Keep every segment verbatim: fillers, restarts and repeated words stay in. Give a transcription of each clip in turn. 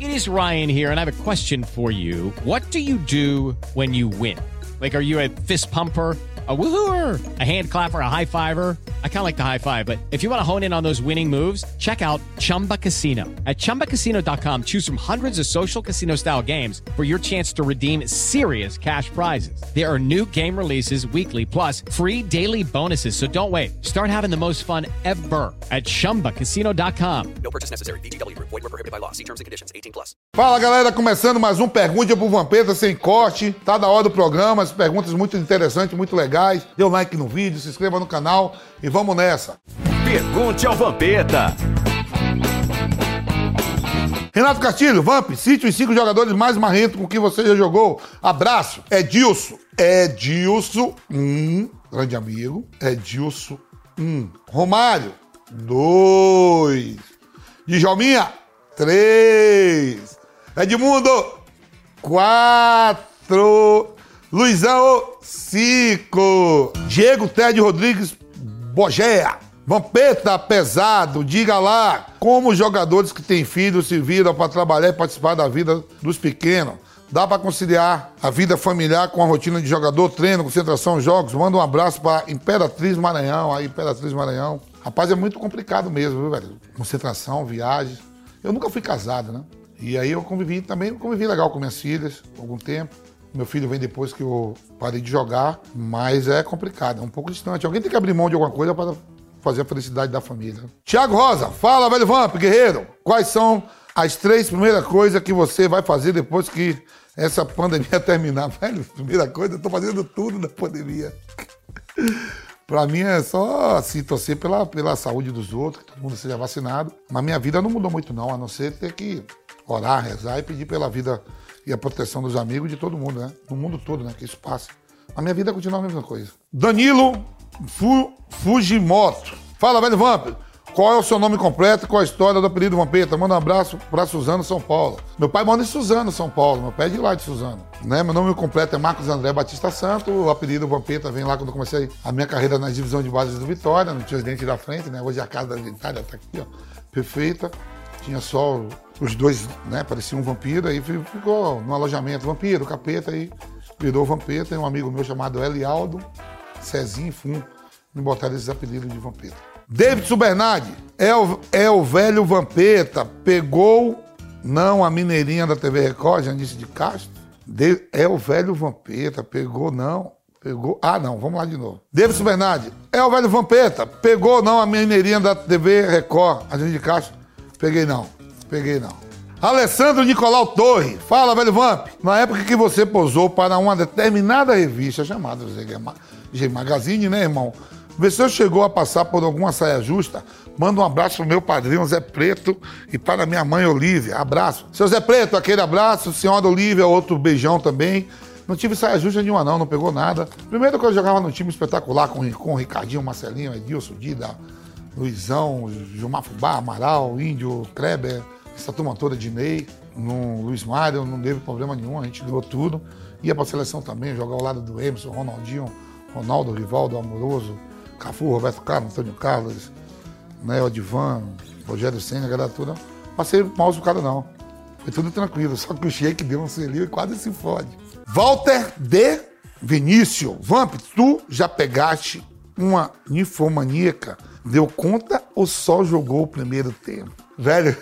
It is Ryan here, and I have a question for you. What do you do when you win? Like, are you a fist pumper, a woohooer, a hand clapper, a high fiver? I kind of like the high five, but if you want to hone in on those winning moves, check out Chumba Casino. At chumba casino dot com, choose from hundreds of social casino style games for your chance to redeem serious cash prizes. There are new game releases weekly, plus free daily bonuses. So don't wait. Start having the most fun ever at chumba casino dot com. No purchase necessary. V G W Group. Void where prohibited by law. See terms and conditions. eighteen plus. Fala, galera, começando mais um Pergunte pro Vampeta sem corte. Tá da hora do programa, as perguntas muito interessantes, muito legais. Dê um like no vídeo, se inscreva no canal e vamos nessa. Pergunte ao Vampeta. Renato Castilho, Vamp, cite os cinco jogadores mais marrentos com que você já jogou. Abraço. Edilson. Edilson, um. Grande amigo. Edilson, um. Romário, dois. Djalminha, três. Edmundo, quatro. Luizão, cinco. Diego Ted Rodrigues Bogea. Vampeta pesado, diga lá como os jogadores que têm filhos se viram para trabalhar e participar da vida dos pequenos. Dá para conciliar a vida familiar com a rotina de jogador, treino, concentração, jogos? Manda um abraço para Imperatriz Maranhão, aí Imperatriz Maranhão. Rapaz, é muito complicado mesmo, viu, velho? Concentração, viagens. Eu nunca fui casado, né? E aí eu convivi também, convivi legal com minhas filhas por algum tempo. Meu filho vem depois que eu parei de jogar, mas é complicado, é um pouco distante. Alguém tem que abrir mão de alguma coisa para fazer a felicidade da família. Tiago Rosa, fala, velho Vamp, guerreiro. Quais são as três primeiras coisas que você vai fazer depois que essa pandemia terminar? Velho, primeira coisa, eu tô fazendo tudo na pandemia. Pra mim é só assim, torcer pela, pela saúde dos outros, que todo mundo seja vacinado. Mas minha vida não mudou muito não, a não ser ter que orar, rezar e pedir pela vida e a proteção dos amigos de todo mundo, né? Do mundo todo, né? Que isso passa. A minha vida continua a mesma coisa. Danilo Fu, Fujimoto. Fala, velho Vamp. Qual é o seu nome completo e qual a história do apelido Vampeta? Manda um abraço pra Suzano, São Paulo. Meu pai mora em Suzano, São Paulo. Meu pai é de lá de Suzano. Né? Meu nome completo é Marcos André Batista Santo. O apelido Vampeta vem lá quando eu comecei a minha carreira na divisão de bases do Vitória. Não tinha os dentes da frente, né? Hoje a casa da Vitória tá aqui, ó. Perfeita. Tinha só os dois, né? Parecia um vampiro. Aí ficou no alojamento. Vampiro, capeta. Aí virou Vampeta. E um amigo meu chamado Elialdo, Cezinho Fum, me botaram esses apelidos de Vampeta. Davidson Bernardi, é o, é o velho Vampeta, pegou, não a mineirinha da T V Record, Janice de Castro. De, é o velho Vampeta, pegou não, pegou, ah não, vamos lá de novo. Davidson Bernardi, é o velho Vampeta, pegou não a mineirinha da T V Record, a Janice de Castro. Peguei não, peguei não. Alessandro Nicolau Torre, fala, velho Vamp. Na época que você posou para uma determinada revista chamada G Magazine, né, irmão? Você chegou a passar por alguma saia justa? Manda um abraço pro meu padrinho Zé Preto e para minha mãe Olívia. Abraço. Seu Zé Preto, aquele abraço. Senhora Olívia, outro beijão também. Não tive saia justa nenhuma não, não pegou nada. Primeiro que eu jogava no time espetacular com, com o Ricardinho, Marcelinho, Edilson, Dida, Luizão, Gilmar Fubá, Amaral, Índio, Kleber, essa turma toda de Ney, no Luiz Mário, não teve problema nenhum, a gente ganhou tudo. Ia pra seleção também, jogar ao lado do Emerson, Ronaldinho, Ronaldo, Rivaldo, Amoroso, Cafu, Roberto Carlos, Antônio Carlos, né, Odivan, Rogério Senna, a galera toda. Passei mal bocado não. Foi tudo tranquilo, só que o Sheik deu um selinho e quase se fode. Walter de Vinícius. Vamp, tu já pegaste uma ninfomaníaca? Deu conta ou só jogou o primeiro tempo? Velho,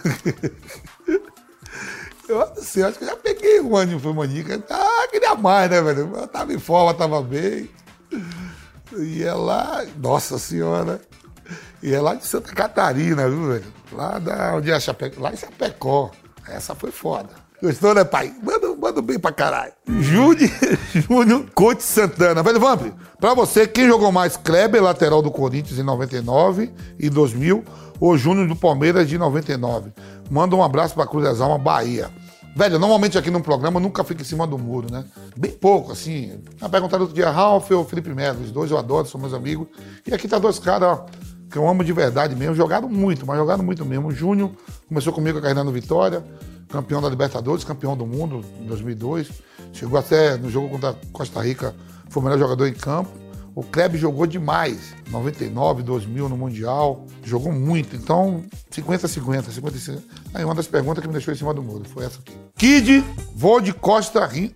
eu não sei, acho que eu já peguei uma ninfomaníaca. Ah, queria mais, né, velho? Eu tava em forma, tava bem. E é lá, nossa senhora, e é lá de Santa Catarina, viu, velho? Lá da, onde é Chape... lá em Chapecó. Essa foi foda. Gostou, né, pai? Manda, manda bem pra caralho. Júnior, Júnior Cote Santana. Velho Vamp, pra você, quem jogou mais? Kleber, lateral do Corinthians em noventa e nove e dois mil, ou Júnior do Palmeiras de noventa e nove? Manda um abraço pra Cruz das Almas, Bahia. Velho, normalmente aqui no programa eu nunca fico em cima do muro, né? Bem pouco, assim. Perguntaram outro dia, Ralf ou Felipe Melo. Os dois eu adoro, são meus amigos. E aqui tá dois caras, ó, que eu amo de verdade mesmo. Jogaram muito, mas jogaram muito mesmo. O Júnior começou comigo a carreira no Vitória, campeão da Libertadores, campeão do mundo em dois mil e dois. Chegou até no jogo contra a Costa Rica, foi o melhor jogador em campo. O Kleb jogou demais. noventa e nove, dois mil no Mundial. Jogou muito. Então, cinquenta a cinquenta, cinquenta e cinco. Aí uma das perguntas que me deixou em cima do muro foi essa aqui. Kid, vou de Costa Rica.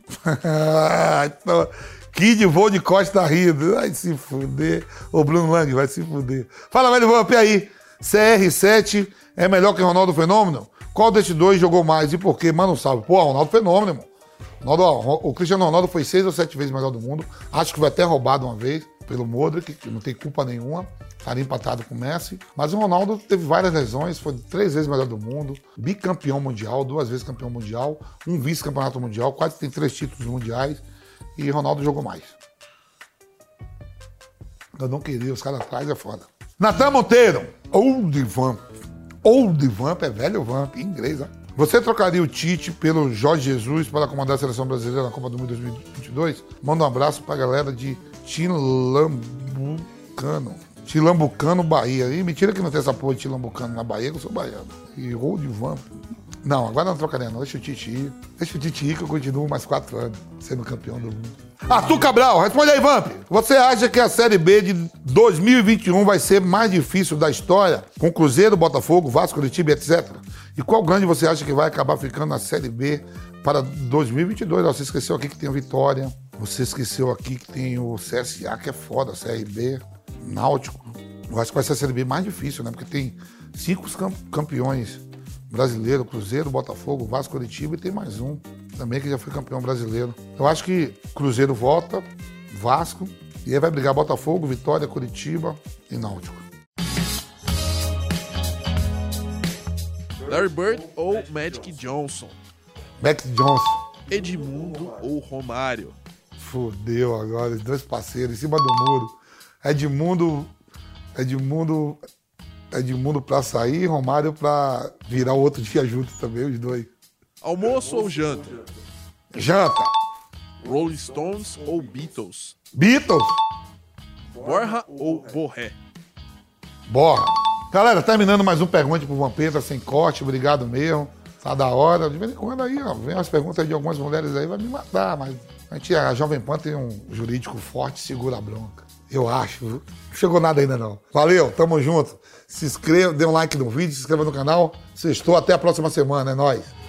Kid, vou de Costa Rica. Vai se fuder. Ô, Bruno Lang, vai se fuder. Fala, velho Vamp, e aí? C R sete é melhor que Ronaldo Fenômeno? Qual desses dois jogou mais e por quê? Manda um salve. Pô, Ronaldo Fenômeno, irmão. Ronaldo, o Cristiano Ronaldo foi seis ou sete vezes melhor do mundo. Acho que foi até roubado uma vez pelo Modric, que não tem culpa nenhuma. Estaria empatado com o Messi. Mas o Ronaldo teve várias lesões, foi três vezes melhor do mundo, bicampeão mundial, duas vezes campeão mundial, um vice-campeonato mundial, quase tem três títulos mundiais. E Ronaldo jogou mais. Eu não queria, os caras atrás é foda. Natan Monteiro, Old Vamp. Old Vamp é velho Vamp, em inglês, ó. Você trocaria o Tite pelo Jorge Jesus para comandar a seleção brasileira na Copa do Mundo dois mil e vinte e dois? Manda um abraço pra galera de Tilambucano. Tilambucano, Bahia. E mentira que não tem essa porra de Tilambucano na Bahia, que eu sou baiano. E Old Vamp. Não, agora não trocaria não. Deixa o Tite ir. Deixa o Tite ir que eu continuo mais quatro anos sendo campeão do mundo. Arthur Cabral, responde aí, Vamp. Você acha que a Série B de dois mil e vinte e um vai ser mais difícil da história, com Cruzeiro, Botafogo, Vasco, Curitiba, etcétera? E qual grande você acha que vai acabar ficando na Série B para dois mil e vinte e dois? Você esqueceu aqui que tem o Vitória, você esqueceu aqui que tem o C S A, que é foda, C R B, Náutico. Eu acho que vai ser a Série B mais difícil, né? Porque tem cinco campeões brasileiros, Cruzeiro, Botafogo, Vasco, Curitiba, e tem mais um também que já foi campeão brasileiro. Eu acho que Cruzeiro volta, Vasco, e aí vai brigar Botafogo, Vitória, Curitiba e Náutico. Larry Bird ou Magic Johnson? Magic Johnson. Edmundo ou Romário? Fudeu agora, os dois parceiros em cima do muro. Edmundo, Edmundo, Edmundo pra sair, Romário pra virar o outro dia junto também, os dois. Almoço ou janta? Janta. Rolling Stones ou Beatles? Beatles. Borra ou Borré? Borra. Galera, terminando mais um Pergunte pro Vampeta, sem corte, obrigado mesmo. Tá da hora. De vez em quando aí, ó, vem umas perguntas de algumas mulheres aí, vai me matar, mas a gente, a Jovem Pan tem um jurídico forte, segura a bronca. Eu acho. Não chegou nada ainda não. Valeu, tamo junto. Se inscreva, dê um like no vídeo, se inscreva no canal. Sextou, até a próxima semana, é nóis.